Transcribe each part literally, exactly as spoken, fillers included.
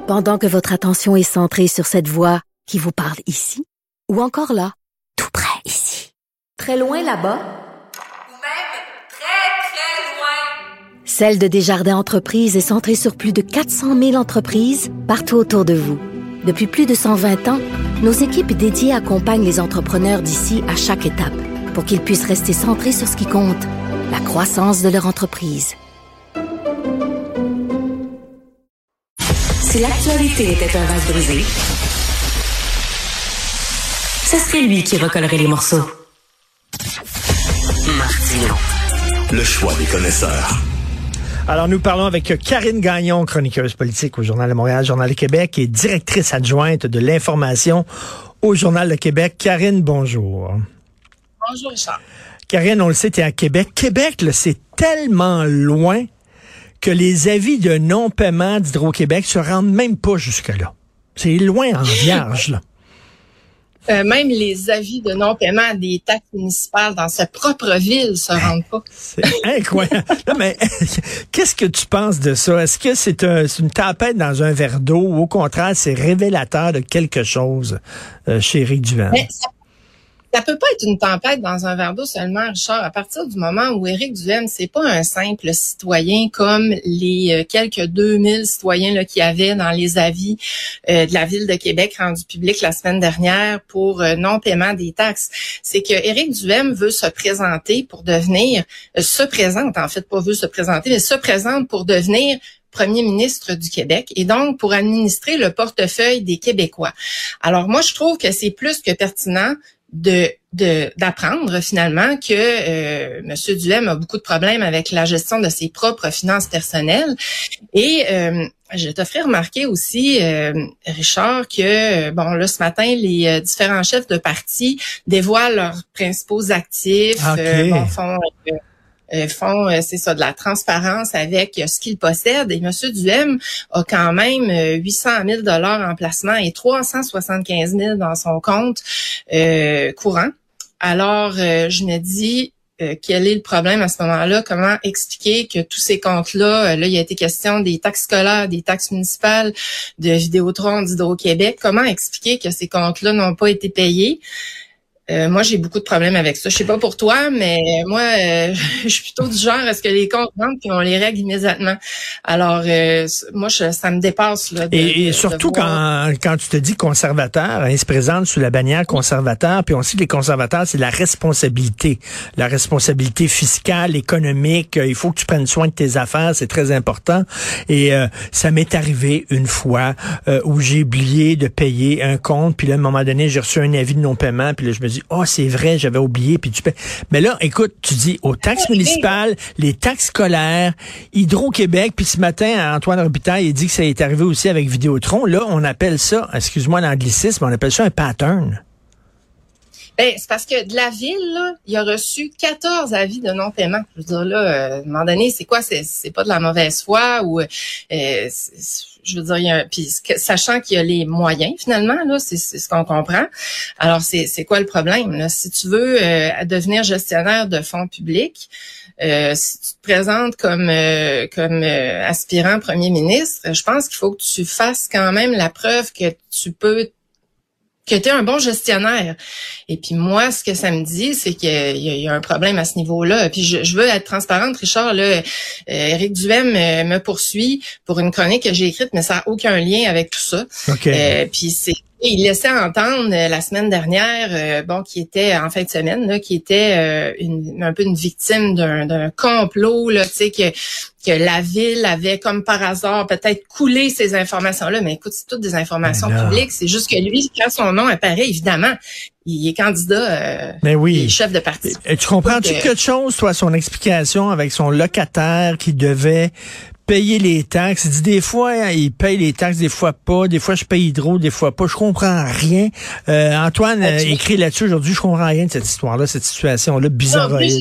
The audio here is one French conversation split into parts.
Pendant que votre attention est centrée sur cette voix qui vous parle ici, ou encore là, tout près ici, très loin là-bas, ou même très, très loin. Celle de Desjardins Entreprises est centrée sur plus de quatre cent mille entreprises partout autour de vous. Depuis plus de cent vingt ans, nos équipes dédiées accompagnent les entrepreneurs d'ici à chaque étape pour qu'ils puissent rester centrés sur ce qui compte, la croissance de leur entreprise. Si l'actualité était un vase brisé, ce serait lui qui recollerait les morceaux. Martino. Le choix des connaisseurs. Alors, nous parlons avec Karine Gagnon, chroniqueuse politique au Journal de Montréal, Journal de Québec, et directrice adjointe de l'information au Journal de Québec. Karine, bonjour. Bonjour, Richard. Karine, on le sait, tu es à Québec. Québec, là, c'est tellement loin que les avis de non-paiement d'Hydro-Québec se rendent même pas jusque-là. C'est loin en vierge, là. Euh, même les avis de non-paiement des taxes municipales dans sa propre ville se rendent pas. C'est incroyable. Non, mais qu'est-ce que tu penses de ça? Est-ce que c'est, un, c'est une tempête dans un verre d'eau ou au contraire, c'est révélateur de quelque chose euh, chez Éric Duhem? Mais ça, ça peut pas être une tempête dans un verre d'eau seulement, Richard. À partir du moment où Éric Duhem, c'est pas un simple citoyen comme les euh, quelques deux mille citoyens là qu'il y avait dans les avis euh, de la Ville de Québec rendus publics la semaine dernière pour euh, non-paiement des taxes. C'est que Éric Duhem veut se présenter pour devenir, euh, se présente en fait, pas veut se présenter, mais se présente pour devenir premier ministre du Québec et donc pour administrer le portefeuille des Québécois. Alors moi, je trouve que c'est plus que pertinent de de d'apprendre finalement que euh, M. Duhem a beaucoup de problèmes avec la gestion de ses propres finances personnelles. Et euh, je te ferai remarquer aussi, euh, Richard, que bon là ce matin, les euh, différents chefs de parti dévoilent leurs principaux actifs, okay. euh, bon, font euh, Euh, font, euh, c'est ça, de la transparence avec euh, ce qu'ils possèdent. Et M. Duhem a quand même euh, huit cent mille dollars en placement et trois cent soixante-quinze mille dans son compte euh, courant. Alors, euh, je me dis, euh, quel est le problème à ce moment-là? Comment expliquer que tous ces comptes-là, euh, là, il a été question des taxes scolaires, des taxes municipales, de Vidéotron, d'Hydro-Québec. Comment expliquer que ces comptes-là n'ont pas été payés? Euh, moi, j'ai beaucoup de problèmes avec ça. Je sais pas pour toi, mais moi, euh, je suis plutôt du genre à ce que les comptes rentrent puis on les règle immédiatement. Alors, euh, moi, je, ça me dépasse. Là, de, et, et de, surtout de voir... quand quand tu te dis conservateur, hein, il se présente sous la bannière conservateur, puis on sait que les conservateurs, c'est la responsabilité. La responsabilité fiscale, économique. Il faut que tu prennes soin de tes affaires, c'est très important. Et euh, ça m'est arrivé une fois euh, où j'ai oublié de payer un compte, puis là, à un moment donné, j'ai reçu un avis de non-paiement, puis là, je me dis, oh, c'est vrai, j'avais oublié, puis tu paies. Mais là, écoute, tu dis aux taxes municipales, les taxes scolaires, Hydro-Québec, puis ce matin, Antoine Robitaille, il dit que ça est arrivé aussi avec Vidéotron. Là, on appelle ça, excuse-moi l'anglicisme, on appelle ça un pattern. Ben, c'est parce que de la ville, là, il a reçu quatorze avis de non-paiement. Je veux dire, là, euh, à un moment donné, c'est quoi? C'est, c'est pas de la mauvaise foi ou, euh, c'est, je veux dire, il y a un, puis sachant qu'il y a les moyens, finalement, là, c'est, c'est ce qu'on comprend. Alors, c'est, c'est quoi le problème, là? Si tu veux euh, devenir gestionnaire de fonds publics, euh, si tu te présentes comme, euh, comme euh, aspirant premier ministre, je pense qu'il faut que tu fasses quand même la preuve que tu peux que tu es un bon gestionnaire. Et puis moi, ce que ça me dit, c'est qu'il y a, il y a un problème à ce niveau-là. Puis je, je veux être transparente, Richard. Là, euh, Éric Duhem euh, me poursuit pour une chronique que j'ai écrite, mais ça n'a aucun lien avec tout ça. Okay. Euh, puis c'est il laissait entendre euh, la semaine dernière, euh, bon, qui était en fin de semaine, là, qui était euh, une, un peu une victime d'un, d'un complot, là, tu sais, que que la ville avait, comme par hasard, peut-être coulé ces informations-là. Mais écoute, c'est toutes des informations publiques. C'est juste que lui, quand son nom apparaît, évidemment, il est candidat, euh, mais oui. Il est chef de parti. Et tu comprends-tu quelque chose, toi, son explication avec son locataire qui devait payer les taxes? Il dit des fois, hein, il paye les taxes, des fois pas. Des fois, je paye Hydro, des fois pas. Je comprends rien. Euh, Antoine euh, écrit là-dessus aujourd'hui, je comprends rien de cette histoire-là, cette situation-là bizarroïde.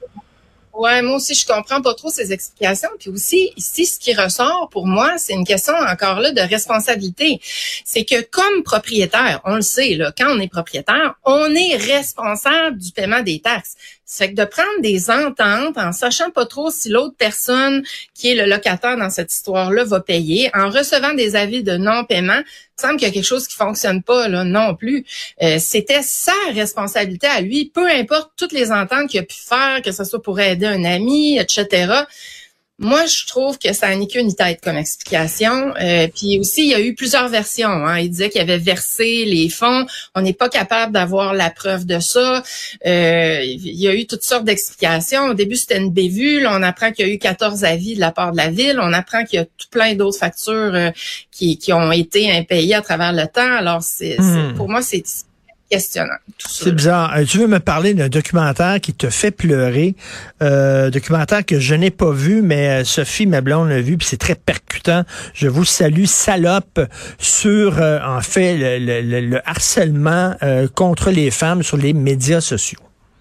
Ouais, moi aussi, je comprends pas trop ces explications. Puis aussi, ici, ce qui ressort pour moi, c'est une question encore là de responsabilité. C'est que comme propriétaire, on le sait, là, quand on est propriétaire, on est responsable du paiement des taxes. Ça fait que de prendre des ententes en sachant pas trop si l'autre personne qui est le locataire dans cette histoire-là va payer, en recevant des avis de non-paiement, il semble qu'il y a quelque chose qui fonctionne pas là non plus. Euh, c'était sa responsabilité à lui, peu importe toutes les ententes qu'il a pu faire, que ce soit pour aider un ami, et cetera. Moi, je trouve que ça n'a qu'une tête comme explication. Euh, puis aussi, il y a eu plusieurs versions. Hein. Il disait qu'il avait versé les fonds. On n'est pas capable d'avoir la preuve de ça. Euh, il y a eu toutes sortes d'explications. Au début, c'était une bévue. On apprend qu'il y a eu quatorze avis de la part de la ville. On apprend qu'il y a tout plein d'autres factures euh, qui, qui ont été impayées à travers le temps. Alors, c'est, hmm. c'est pour moi, c'est questionnant. C'est bizarre. Euh, tu veux me parler d'un documentaire qui te fait pleurer, euh, documentaire que je n'ai pas vu, mais euh, Sophie, ma blonde, l'a vu, puis c'est très percutant. Je vous salue, Salope, sur, euh, en fait, le, le, le harcèlement euh, contre les femmes sur les médias sociaux.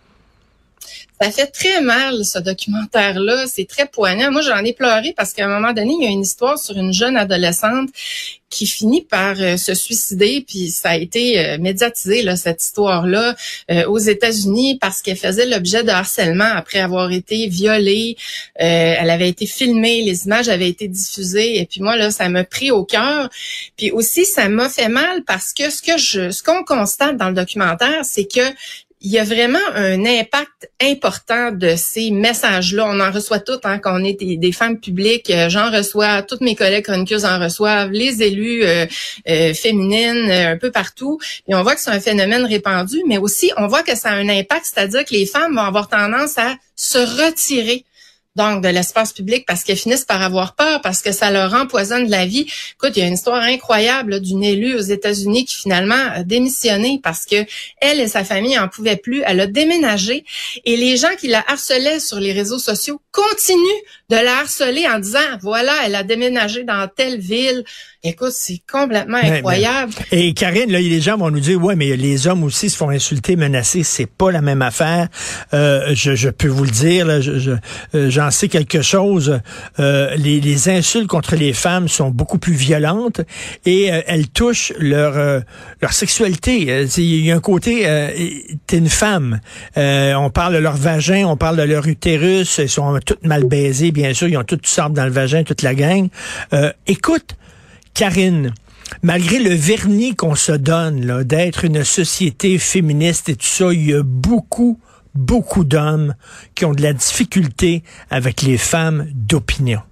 Ça fait très mal, ce documentaire-là. C'est très poignant. Moi, j'en ai pleuré parce qu'à un moment donné, il y a une histoire sur une jeune adolescente qui finit par euh, se suicider, puis ça a été euh, médiatisé, là, cette histoire-là, euh, aux États-Unis parce qu'elle faisait l'objet de harcèlement après avoir été violée. Euh, elle avait été filmée, les images avaient été diffusées, et puis moi, là, ça m'a pris au cœur. Puis aussi, ça m'a fait mal parce que ce que je, ce qu'on constate dans le documentaire, c'est que il y a vraiment un impact important de ces messages-là. On en reçoit toutes, hein, quand on est des, des femmes publiques. J'en reçois, toutes mes collègues chroniqueuses en reçoivent, les élus euh, euh, féminines, euh, un peu partout. Et on voit que c'est un phénomène répandu, mais aussi on voit que ça a un impact, c'est-à-dire que les femmes vont avoir tendance à se retirer donc de l'espace public parce qu'elles finissent par avoir peur, parce que ça leur empoisonne la vie. Écoute, il y a une histoire incroyable là, d'une élue aux États-Unis qui finalement a démissionné parce que elle et sa famille en pouvaient plus. Elle a déménagé et les gens qui la harcelaient sur les réseaux sociaux continuent de la harceler en disant voilà, elle a déménagé dans telle ville. Écoute, c'est complètement incroyable. Ouais, mais, et Karine, là, les gens vont nous dire, ouais, mais les hommes aussi se font insulter, menacer, c'est pas la même affaire. Euh, je, je peux vous le dire, là, je, je, euh, j'en sais quelque chose. Euh, les, les insultes contre les femmes sont beaucoup plus violentes et euh, elles touchent leur euh, leur sexualité. Il y a un côté, euh, t'es une femme. Euh, on parle de leur vagin, on parle de leur utérus. Ils sont toutes mal baisés, bien sûr. Ils ont toutes sortes dans le vagin, toute la gang. Euh, écoute. Karine, malgré le vernis qu'on se donne là, d'être une société féministe et tout ça, il y a beaucoup, beaucoup d'hommes qui ont de la difficulté avec les femmes d'opinion.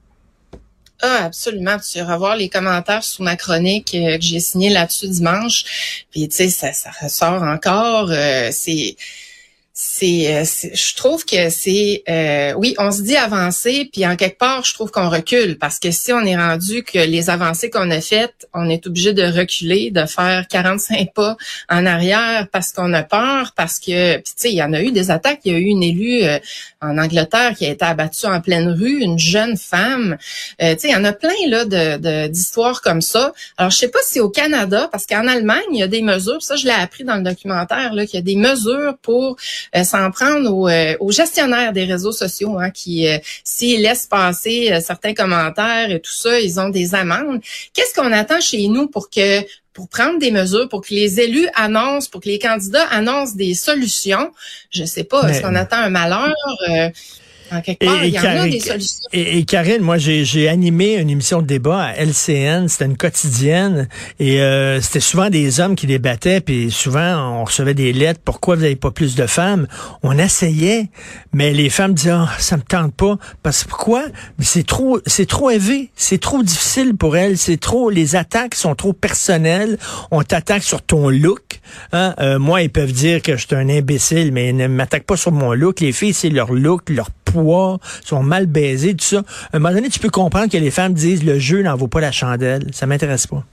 Ah, absolument. Tu vas voir les commentaires sous ma chronique euh, que j'ai signée là-dessus dimanche. Puis, tu sais, ça, ça ressort encore. Euh, c'est... C'est, c'est, je trouve que c'est, euh, oui, on se dit avancer, puis en quelque part, je trouve qu'on recule, parce que si on est rendu que les avancées qu'on a faites, on est obligé de reculer, de faire quarante-cinq pas en arrière parce qu'on a peur, parce que, puis tu sais, il y en a eu des attaques. Il y a eu une élue euh, en Angleterre qui a été abattue en pleine rue, une jeune femme. Euh, tu sais, il y en a plein là de, de d'histoires comme ça. Alors, je sais pas si au Canada, parce qu'en Allemagne, il y a des mesures. Ça, je l'ai appris dans le documentaire là, qu'il y a des mesures pour Euh, s'en prendre aux, euh, aux gestionnaires des réseaux sociaux, hein, qui, euh, s'ils laissent passer euh, certains commentaires et tout ça, ils ont des amendes. Qu'est-ce qu'on attend chez nous pour que pour prendre des mesures, pour que les élus annoncent, pour que les candidats annoncent des solutions? Je sais pas, mais est-ce qu'on attend un malheur? Euh, En quelque part, et, il y en a des solutions. Et, et Karine, moi, j'ai, j'ai animé une émission de débat à L C N. C'était une quotidienne. Et euh, c'était souvent des hommes qui débattaient. Puis souvent, on recevait des lettres. Pourquoi vous n'avez pas plus de femmes? On essayait. Mais les femmes disaient, oh, ça me tente pas. Parce que pourquoi? C'est trop, c'est trop élevé. C'est trop difficile pour elles. C'est trop, les attaques sont trop personnelles. On t'attaque sur ton look. Hein? Euh, moi, ils peuvent dire que je suis un imbécile, mais ils ne m'attaquent pas sur mon look. Les filles, c'est leur look, leur poids, sont mal baisés, tout ça. À un moment donné, tu peux comprendre que les femmes disent le jeu n'en vaut pas la chandelle. Ça m'intéresse pas.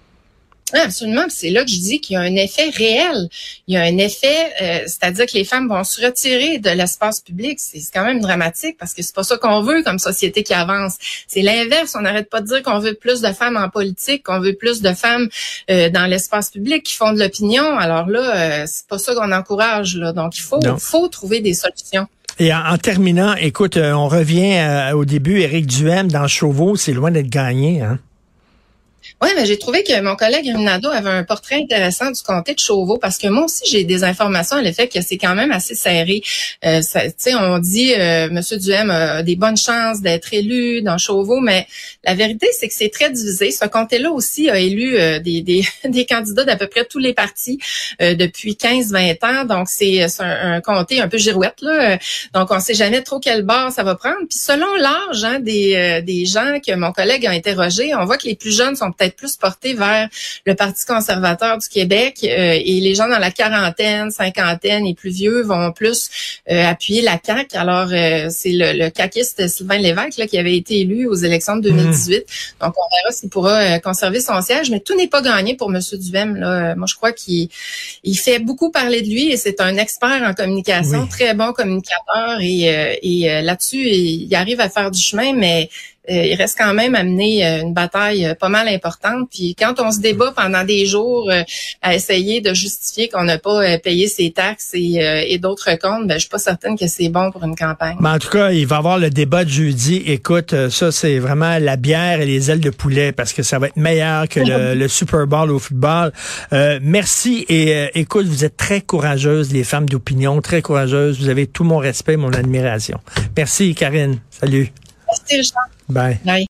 Ah, absolument. C'est là que je dis qu'il y a un effet réel. Il y a un effet, euh, c'est-à-dire que les femmes vont se retirer de l'espace public. C'est, c'est quand même dramatique parce que c'est pas ça qu'on veut comme société qui avance. C'est l'inverse. On n'arrête pas de dire qu'on veut plus de femmes en politique, qu'on veut plus de femmes euh, dans l'espace public qui font de l'opinion. Alors là, euh, c'est pas ça qu'on encourage, là. Donc, il faut, faut trouver des solutions. Et en, en terminant, écoute, euh, on revient euh, au début, Éric Duhaime dans Chauveau, c'est loin d'être gagné, hein? Oui, mais j'ai trouvé que mon collègue Rinaldo avait un portrait intéressant du comté de Chauveau parce que moi aussi, j'ai des informations à l'effet que c'est quand même assez serré. Euh, tu sais, on dit euh, M. Duhem a des bonnes chances d'être élu dans Chauveau, mais la vérité, c'est que c'est très divisé. Ce comté-là aussi a élu euh, des, des, des candidats d'à peu près tous les partis euh, depuis quinze vingt ans. Donc, c'est, c'est un, un comté un peu girouette, là. Donc, on sait jamais trop quel bord ça va prendre. Puis, selon l'âge hein, des, euh, des gens que mon collègue a interrogés, on voit que les plus jeunes sont peut-être plus portés vers le Parti conservateur du Québec euh, et les gens dans la quarantaine, cinquantaine et plus vieux vont plus euh, appuyer la C A Q. Alors, euh, c'est le, le caquiste Sylvain Lévesque là, qui avait été élu aux élections de deux mille dix-huit. Mmh. Donc, on verra s'il pourra euh, conserver son siège, mais tout n'est pas gagné pour M. Duhem. Là. Moi, je crois qu'il il fait beaucoup parler de lui et c'est un expert en communication, oui. Très bon communicateur et, euh, et euh, là-dessus, il, il arrive à faire du chemin, mais Euh, il reste quand même à mener euh, une bataille euh, pas mal importante. Puis quand on se débat pendant des jours euh, à essayer de justifier qu'on n'a pas euh, payé ses taxes et, euh, et d'autres comptes, ben je suis pas certaine que c'est bon pour une campagne. Mais en tout cas, il va y avoir le débat de jeudi. Écoute, ça c'est vraiment la bière et les ailes de poulet parce que ça va être meilleur que le, le Super Bowl au football. Euh, merci et euh, écoute, vous êtes très courageuses, les femmes d'opinion, très courageuses. Vous avez tout mon respect, mon admiration. Merci, Karine. Salut. Merci, Richard. Bye. Bye.